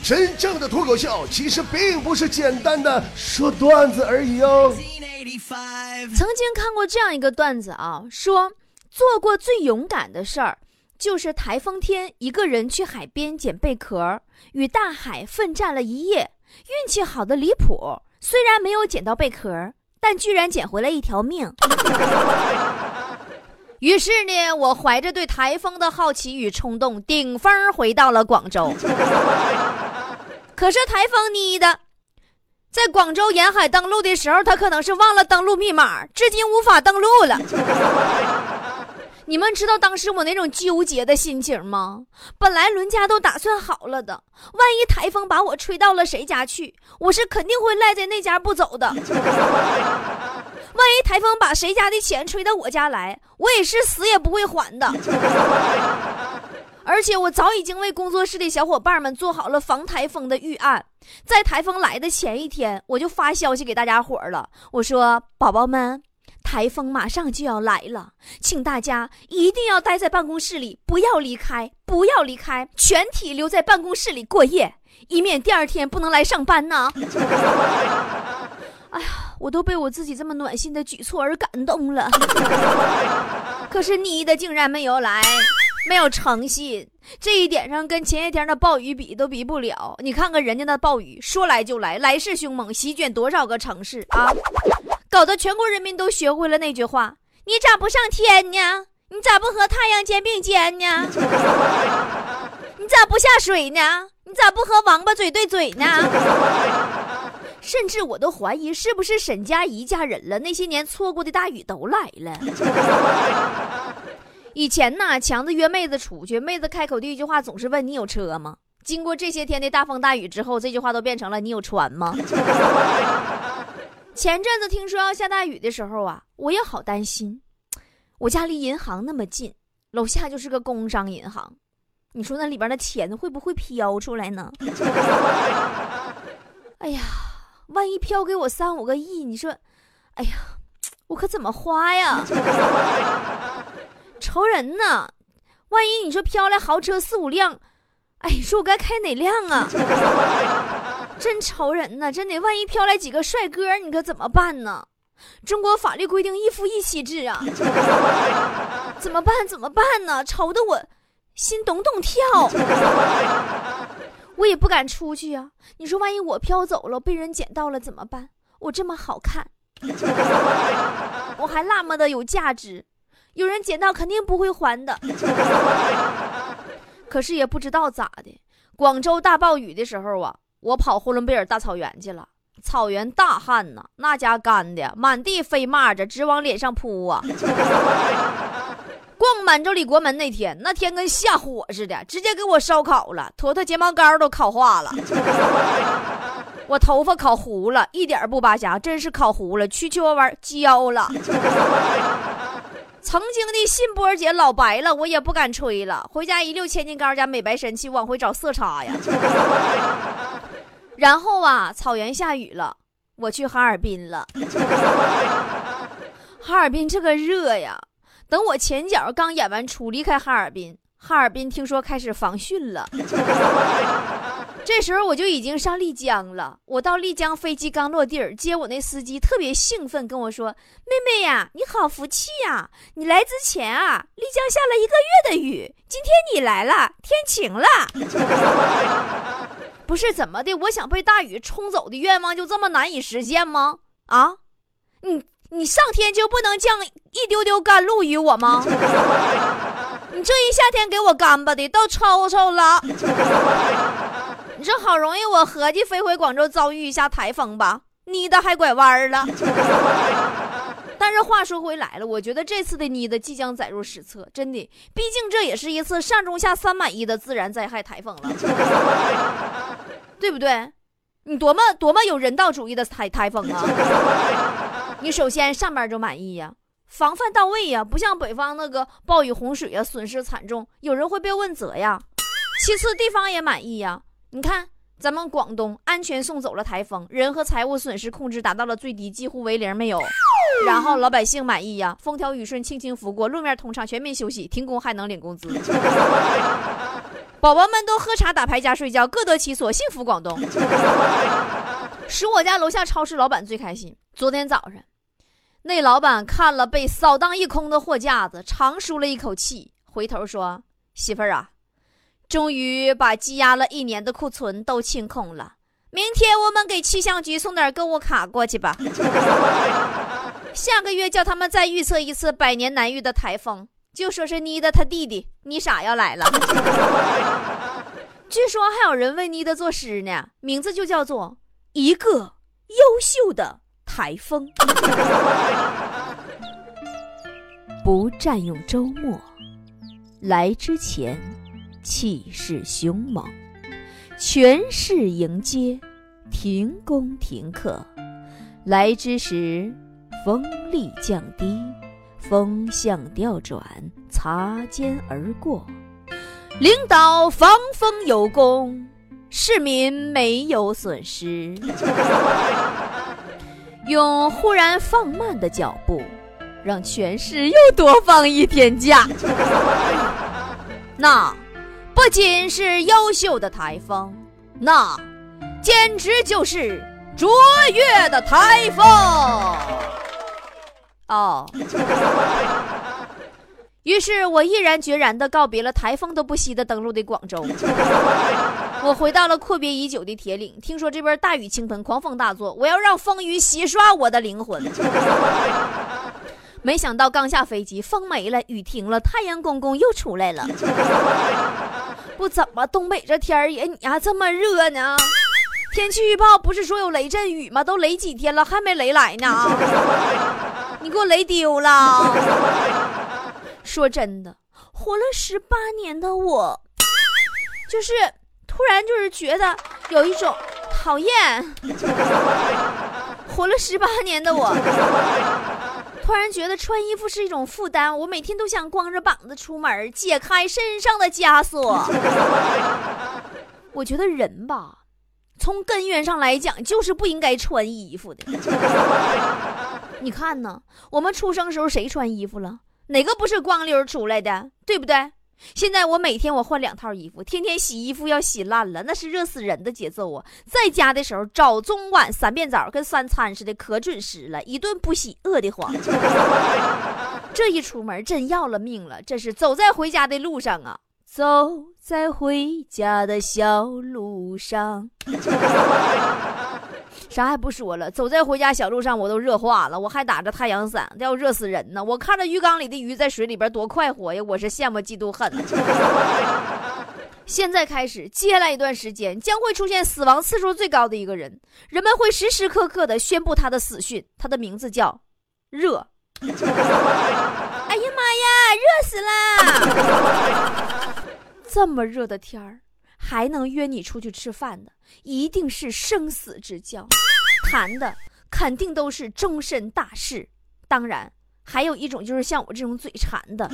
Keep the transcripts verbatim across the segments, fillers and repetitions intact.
真正的脱口秀其实并不是简单的说段子而已哦。 曾经看过这样一个段子啊，说做过最勇敢的事儿就是台风天一个人去海边捡贝壳，与大海奋战了一夜，运气好的离谱，虽然没有捡到贝壳，但居然捡回了一条命。于是呢，我怀着对台风的好奇与冲动，顶风回到了广州。可是台风你的在广州沿海登陆的时候，他可能是忘了登录密码，至今无法登录了。你们知道当时我那种纠结的心情吗？本来伦家都打算好了的，万一台风把我吹到了谁家去，我是肯定会赖在那家不走的。万一台风把谁家的钱吹到我家来，我也是死也不会还的。而且我早已经为工作室的小伙伴们做好了防台风的预案，在台风来的前一天，我就发消息给大家伙了，我说宝宝们，台风马上就要来了，请大家一定要待在办公室里，不要离开，不要离开，全体留在办公室里过夜，以免第二天不能来上班呢。哎呀，我都被我自己这么暖心的举措而感动了。可是你的竟然没有来，没有诚信，这一点上跟前些天的暴雨比都比不了。你看看人家的暴雨，说来就来，来势凶猛，席卷多少个城市啊！搞得全国人民都学会了那句话：你咋不上天呢？你咋不和太阳肩并肩呢？你咋不下水呢？你咋不和王八嘴对嘴呢？甚至我都怀疑是不是沈佳宜嫁人了，那些年错过的大雨都来了。以前呢，强子约妹子出去，妹子开口第一句话总是问你有车吗？经过这些天的大风大雨之后，这句话都变成了你有船吗？前阵子听说要下大雨的时候啊，我也好担心。我家离银行那么近，楼下就是个工商银行，你说那里边的钱会不会飘出来呢？哎呀，万一飘给我三五个亿，你说，哎呀，我可怎么花呀？愁人呢，万一你说飘来豪车四五辆，哎，你说我该开哪辆啊？真愁人呢，真的，万一飘来几个帅哥，你可怎么办呢？中国法律规定一夫一妻制啊，怎么办？怎么办呢？愁得我心咚咚跳。我也不敢出去啊，你说万一我飘走了，被人捡到了怎么办？我这么好看，我还那么的有价值，有人捡到肯定不会还的。可是也不知道咋的，广州大暴雨的时候啊，我跑呼伦贝尔大草原去了，草原大旱呐，那家干的满地飞蚂蚱，直往脸上扑啊。逛满洲里国门那天，那天跟下火似的，直接给我烧烤了，坨坨睫毛膏都烤化了。我头发烤糊了，一点不扒瞎，真是烤糊了，蛐蛐弯焦了。曾经的信波姐老白了，我也不敢吹了，回家一溜千金膏加美白神器，往回找色差呀。然后啊，草原下雨了，我去哈尔滨了。哈尔滨这个热呀，等我前脚刚演完出离开哈尔滨，哈尔滨听说开始防汛了。这时候我就已经上丽江了，我到丽江飞机刚落地儿，接我那司机特别兴奋跟我说，妹妹呀，你好福气呀，你来之前啊，丽江下了一个月的雨，今天你来了，天晴了。不是怎么的，我想被大雨冲走的愿望就这么难以实现吗？啊，你你上天就不能降一丢丢甘露于我吗？你这一夏天给我干巴的都抽抽了。你说好容易我合计飞回广州遭遇一下台风吧，妮的还拐弯了。但是话说回来了，我觉得这次的妮的即将载入史册，真的，毕竟这也是一次上中下三满一的自然灾害台风了。对不对？你多么多么有人道主义的台台风啊！你首先上边就满意呀，防范到位呀，不像北方那个暴雨洪水啊，损失惨重，有人会被问责呀。其次地方也满意呀，你看咱们广东安全送走了台风，人和财物损失控制达到了最低，几乎为零没有。然后老百姓满意呀，风调雨顺，轻轻拂过，路面通畅，全面休息，停工还能领工资。 宝宝们都喝茶打牌加睡觉，各得其所，幸福广东。使我家楼下超市老板最开心。昨天早上那老板看了被扫荡一空的货架子，长舒了一口气，回头说，媳妇儿啊，终于把积压了一年的库存都清空了，明天我们给气象局送点购物卡过去吧。下个月叫他们再预测一次百年难遇的台风，就说是妮的他弟弟妮傻要来了。据说还有人为妮的作诗呢，名字就叫做一个优秀的台风。不占用周末，来之前气势凶猛，全市迎接，停工停课，来之时风力降低，风向调转，擦肩而过，领导防风有功，市民没有损失。用忽然放慢的脚步，让全市又多放一天假。那不仅是优秀的台风，那简直就是卓越的台风。哦，于是我毅然决然地告别了台风都不惜的登陆的广州。我回到了阔别已久的铁岭，听说这边大雨倾盆，狂风大作，我要让风雨洗刷我的灵魂。没想到刚下飞机，风没了，雨停了，太阳公公又出来了。不怎么东北这天儿也你还这么热呢？天气预报不是说有雷阵雨吗？都雷几天了，还没雷来呢。你给我雷丢了。说真的，活了十八年的我，就是突然就是觉得有一种讨厌。活了十八年的我，突然觉得穿衣服是一种负担，我每天都想光着膀子出门，解开身上的枷锁。我觉得人吧，从根源上来讲，就是不应该穿衣服的。你看呢，我们出生时候谁穿衣服了？哪个不是光溜出来的，对不对？现在我每天我换两套衣服，天天洗衣服要洗烂了，那是热死人的节奏啊！在家的时候早中晚三遍澡，跟三餐似的，可准时了，一顿不洗饿得慌。这一出门真要了命了，这是走在回家的路上啊，走在回家的小路上。啥还不说了，走在回家小路上我都热化了，我还打着太阳伞，要热死人呢。我看着鱼缸里的鱼在水里边多快活呀，我是羡慕嫉妒恨啊。现在开始，接下来一段时间将会出现死亡次数最高的一个人，人们会时时刻刻的宣布他的死讯，他的名字叫热。哎呀妈呀，热死了。这么热的天儿还能约你出去吃饭的，一定是生死之交，谈的肯定都是终身大事。当然还有一种就是像我这种嘴馋的。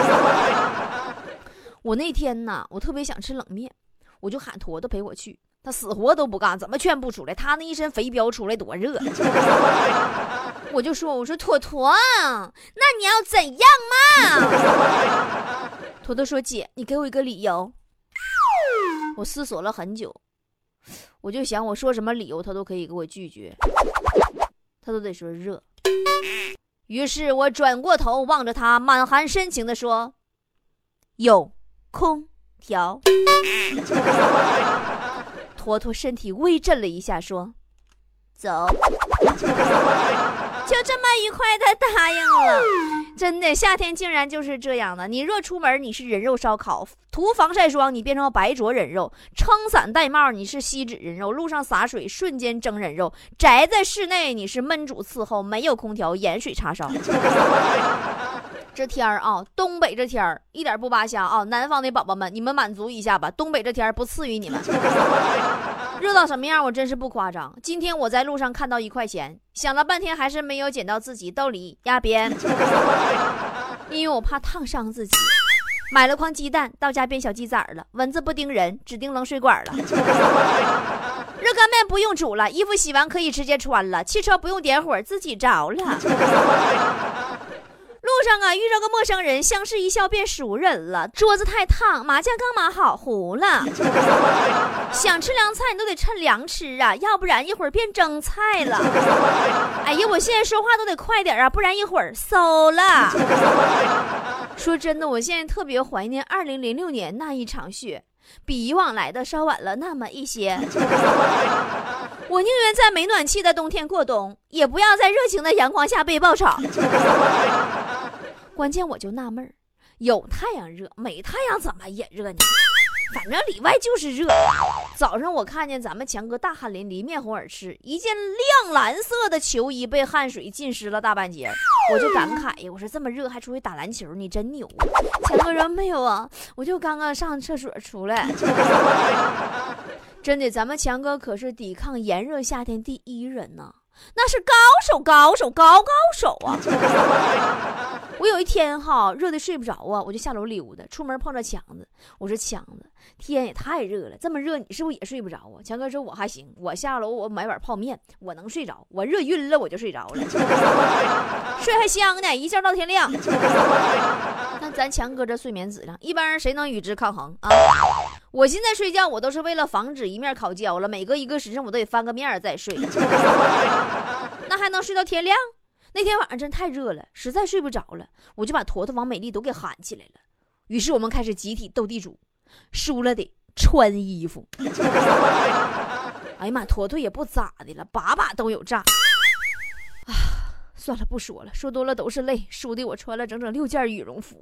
我那天呢，我特别想吃冷面，我就喊坨坨陪我去，他死活都不干，怎么劝不出来，他那一身肥膘出来多热。我就说我说坨坨，那你要怎样嘛？坨坨说姐，你给我一个理由。我思索了很久，我就想我说什么理由他都可以给我拒绝，他都得说热。于是我转过头望着他，满含深情地说，有空调。坨坨身体微震了一下，说走。就这么愉快的答应了。真的，夏天竟然就是这样的，你若出门你是人肉烧烤，涂防晒霜你变成白灼人肉，撑伞戴帽你是锡纸人肉，路上洒水瞬间蒸人肉，宅在室内你是焖煮伺候，没有空调盐水叉烧。这天儿啊，东北这天儿一点不扒瞎啊！南方的宝宝们，你们满足一下吧，东北这天儿不次于你们。热到什么样我真是不夸张，今天我在路上看到一块钱，想了半天还是没有捡到自己兜里压边，因为我怕烫伤自己。买了筐鸡蛋，到家变小鸡仔了，蚊子不叮人，只叮冷水管了。热干面不用煮了，衣服洗完可以直接穿了，汽车不用点火自己着了。路上啊，遇着个陌生人，相视一笑便熟人了。桌子太烫，麻将刚码好糊了。想吃凉菜你都得趁凉吃啊，要不然一会儿变蒸菜了。哎呀，我现在说话都得快点啊，不然一会儿馊了。说真的，我现在特别怀念二零零六年那一场雪，比以往来的稍晚了那么一些。我宁愿在没暖气的冬天过冬，也不要在热情的阳光下被爆炒。关键我就纳闷，有太阳热，没太阳怎么也热呢？反正里外就是热。早上我看见咱们强哥大汗淋漓，面红耳赤，一件亮蓝色的球衣被汗水浸湿了大半截，我就感慨呀，我说这么热还出去打篮球，你真牛。强哥说没有啊，我就刚刚上厕所出来。真的，咱们强哥可是抵抗炎热夏天第一人呢，那是高手高手高高手啊。我有一天哈热的睡不着啊，我就下楼溜达，出门碰着强子，我说强子，天也太热了，这么热你是不是也睡不着啊？强哥说我还行，我下楼我买碗泡面，我能睡着，我热晕了我就睡着了。睡还香呢，一觉到天亮。那咱强哥这睡眠质量，一般人谁能与之抗衡啊？我现在睡觉我都是为了防止一面烤焦了，每隔一个时辰我都得翻个面再睡。那还能睡到天亮？那天晚上真太热了，实在睡不着了，我就把坨坨王美丽都给喊起来了。于是我们开始集体斗地主，输了得穿衣服。哎呀妈，坨坨也不咋的了，把把都有炸。啊，算了不说了，说多了都是泪，输的我穿了整整六件羽绒服。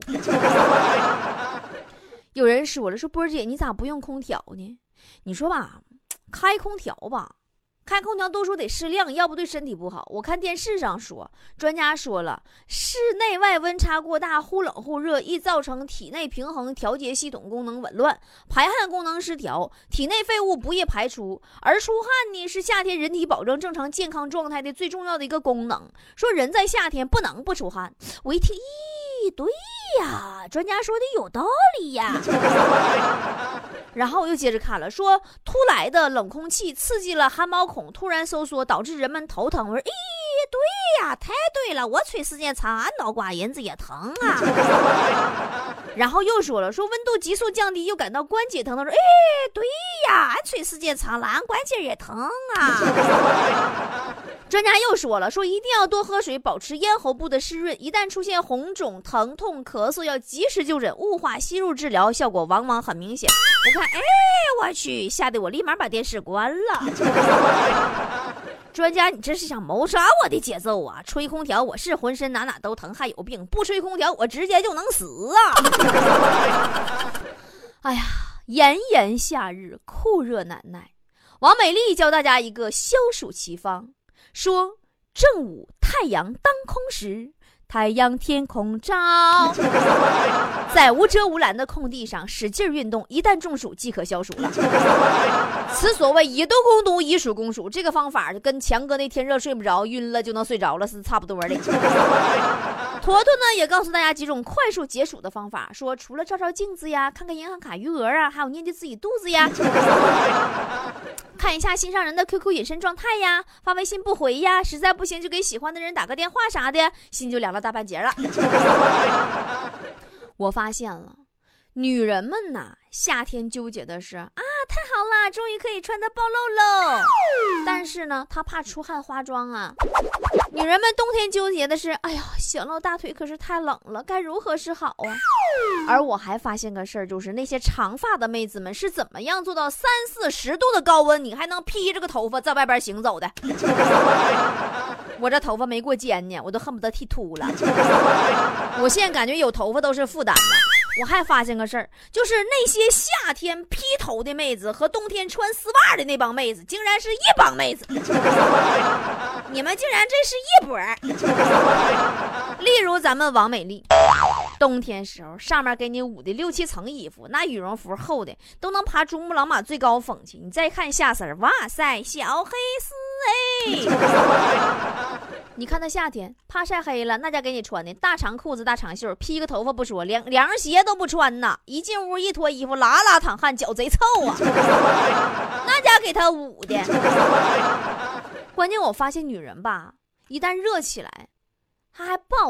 有人说了，说波儿姐你咋不用空调呢？你说吧，开空调吧，开空调都说得适量，要不对身体不好。我看电视上说，专家说了，室内外温差过大，忽冷忽热，易造成体内平衡调节系统功能紊乱，排汗功能失调，体内废物不易排出。而出汗呢，是夏天人体保证正常健康状态的最重要的一个功能。说人在夏天不能不出汗。我一听，咦，对呀，专家说的有道理呀。然后我又接着看了，说突来的冷空气刺激了汗毛孔突然收缩，导致人们头疼。我说咦，对呀，太对了，我吹时间长，俺脑瓜银子也疼啊。然后又说了，说温度急速降低又感到关节疼。他说哎，对呀，俺吹时间长了，俺关节也疼啊。专家又说了，说一定要多喝水，保持咽喉部的湿润，一旦出现红肿、疼痛、咳嗽，要及时就诊，雾化吸入治疗，效果往往很明显。我看，哎，我去，吓得我立马把电视关了。专家，你这是想谋杀我的节奏啊？吹空调我是浑身哪哪都疼，还有病；不吹空调我直接就能死啊！哎呀，炎炎夏日，酷热难耐。王美丽教大家一个消暑奇方，说正午太阳当空时，太阳天空照，在无遮无拦的空地上使劲运动，一旦中暑即可消暑了。此所谓以毒攻毒，以暑攻暑，这个方法跟强哥那天热睡不着晕了就能睡着了是差不多的。坨坨呢也告诉大家几种快速解暑的方法，说除了照照镜子呀，看看银行卡余额啊，还有念念自己肚子呀，看一下心上人的 Q Q 隐身状态呀，发微信不回呀，实在不行就给喜欢的人打个电话啥的，心就凉了大半截了。我发现了，女人们呐，夏天纠结的是啊，太好了，终于可以穿得暴露喽。但是呢，她怕出汗化妆啊。女人们冬天纠结的是，哎呀，显露大腿可是太冷了，该如何是好啊？而我还发现个事儿，就是那些长发的妹子们是怎么样做到三四十度的高温，你还能披着个头发在外边行走的？我这头发没过肩呢，我都恨不得剃秃了。我现在感觉有头发都是负担了。我还发现个事儿，就是那些夏天披头的妹子和冬天穿丝袜的那帮妹子，竟然是一帮妹子。你们竟然这是一波。例如咱们王美丽，冬天时候上面给你捂的六七层衣服，那羽绒服厚的都能爬珠穆朗玛最高峰去。你再看下身，哇塞，小黑丝哎。你看他夏天怕晒黑了，那家给你穿的大长裤子大长袖，披个头发不说，凉凉鞋都不穿呐，一进屋一脱衣服拉拉淌汗，脚贼臭啊。那家给他捂的。关键我发现女人吧，一旦热起来她还暴躁，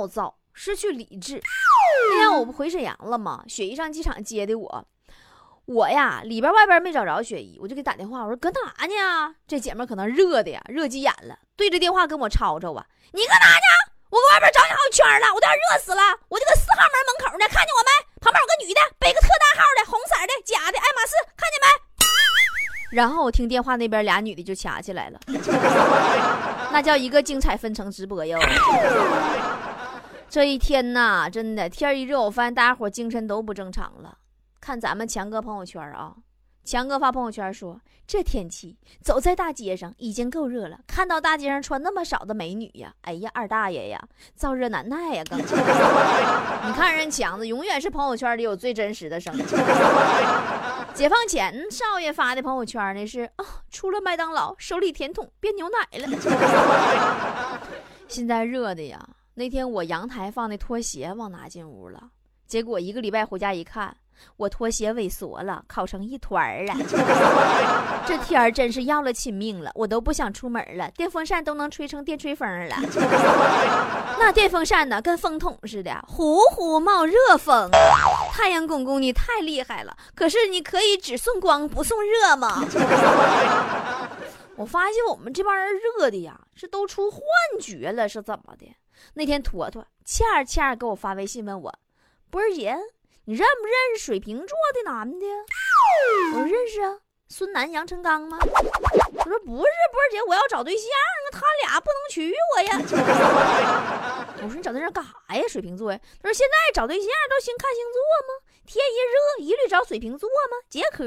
失去理智。那天我不回沈阳了吗？雪姨上机场接的我，我呀里边外边没找着雪姨，我就给打电话，我说搁哪呢？这姐妹可能热的呀，热急眼了，对着电话跟我吵吵啊，你搁哪呢？我搁外边找你好几圈了，我都要热死了，我就搁四号门门口呢，看见我没？旁边有个女的，背个特大号的，红色的，假的，爱马仕，看见没？然后我听电话那边俩女的就掐起来了，那叫一个精彩纷呈直播哟。这一天呐，真的天一热，我发现大家伙精神都不正常了。看咱们强哥朋友圈啊，强哥发朋友圈说，这天气走在大街上已经够热了，看到大街上穿那么少的美女呀，哎呀二大爷呀，燥热难耐呀，更你看人强子永远是朋友圈里有最真实的声音。解放前少爷发的朋友圈呢是啊，出了麦当劳手里甜筒变牛奶了。现在热的呀，那天我阳台放的拖鞋忘拿进屋了，结果一个礼拜回家一看，我拖鞋萎缩了，烤成一团了。这天儿真是要了亲命了，我都不想出门了，电风扇都能吹成电吹风了。那电风扇呢跟风筒似的，呼呼冒热风。太阳公公你太厉害了，可是你可以只送光不送热吗？我发现我们这帮人热的呀是都出幻觉了，是怎么的？那天坨坨恰恰给我发微信问我，波儿姐你认不认识水瓶座的男的？我说认识啊，孙楠杨成刚吗？我说不是，波儿姐，我要找对象啊，他俩不能娶我呀。我说你找对象干啥呀？水瓶座呀？他说现在找对象都先看星座吗？天一热一律找水瓶座吗？解渴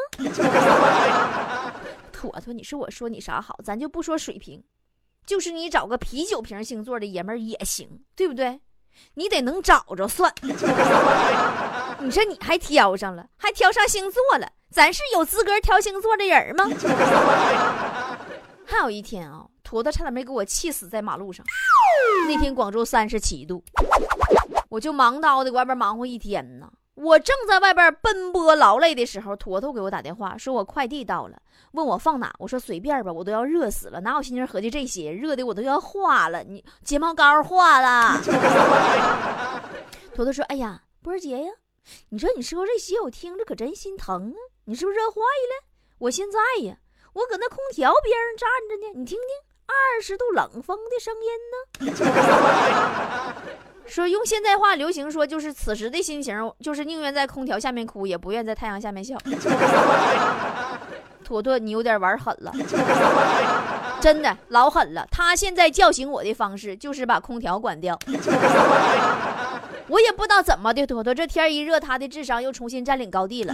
吗？妥妥，你说我说你啥好，咱就不说水瓶，就是你找个啤酒瓶星座的爷们儿也行，对不对？你得能找着算。你说你还挑上了，还挑上星座了，咱是有资格挑星座的人吗？还有一天啊，坨坨差点没给我气死在马路上。那天广州三十七度，我就忙叨的外边忙活一天呢。我正在外边奔波劳累的时候，坨坨给我打电话说我快递到了，问我放哪，我说随便吧，我都要热死了，哪有心情合计这些，热的我都要化了，你睫毛膏化了。坨坨说，哎呀波儿姐呀，你说你说这些我听着可真心疼啊，你是不是热坏了？我现在呀我搁那空调边上站着呢，你听听二十度冷风的声音呢。说用现在话流行说，就是此时的心情就是宁愿在空调下面哭，也不愿在太阳下面笑。坨坨你有点玩狠了，真的老狠了。他现在叫醒我的方式就是把空调关掉。我也不知道怎么的，坨坨这天一热，他的智商又重新占领高地了。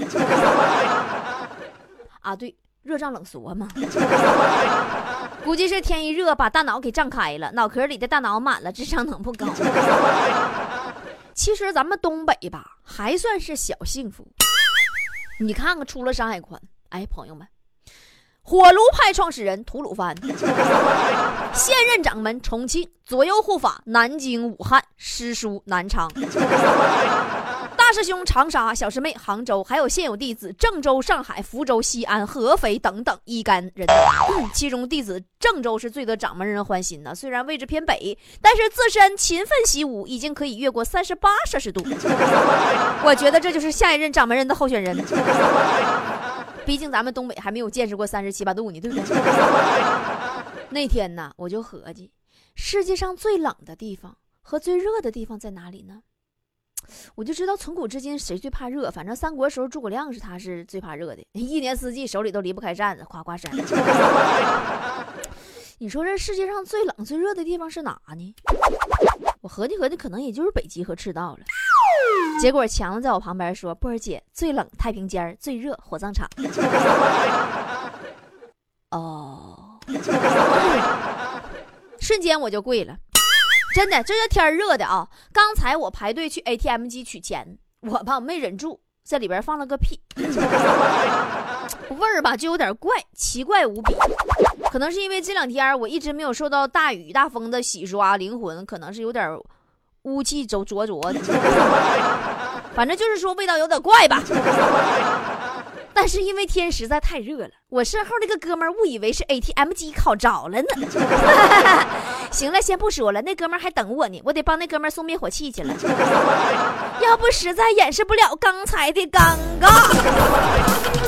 啊对，热胀冷缩嘛。估计是天一热把大脑给胀开了，脑壳里的大脑满了，智商能不高。其实咱们东北吧还算是小幸福，你看看出了山海关，哎朋友们，火炉派创始人吐鲁番，现任掌门重庆，左右护法南京武汉，师叔南昌，大师兄长沙，小师妹杭州，还有现有弟子郑州、上海、福州、西安、合肥等等一干人、嗯、其中弟子郑州是最得掌门人欢心的，虽然位置偏北，但是自身勤奋习武，已经可以越过三十八摄氏度。我觉得这就是下一任掌门人的候选人。毕竟咱们东北还没有见识过三十七八度呢，对不对？那天呢我就合计，世界上最冷的地方和最热的地方在哪里呢？我就知道从古至今谁最怕热，反正三国时候诸葛亮是他是最怕热的，一年四季手里都离不开扇子，夸夸扇。你说这世界上最冷最热的地方是哪呢？我合计合计可能也就是北极和赤道了。结果强子在我旁边说，波儿姐，最冷太平间，最热火葬场。哦，瞬间我就跪了。真的，这是天热的啊！刚才我排队去 A T M 机取钱，我吧没忍住，在里边放了个屁，味儿吧就有点怪，奇怪无比。可能是因为这两天我一直没有受到大雨大风的洗刷，灵魂可能是有点污气浊浊的，反正就是说味道有点怪吧。 但是因为天实在太热了，我身后那个哥们儿误以为是 A T M 机烤着了呢。行了，先不说了，那哥们儿还等我呢，我得帮那哥们儿送灭火器去了。要不实在掩饰不了刚才的尴尬。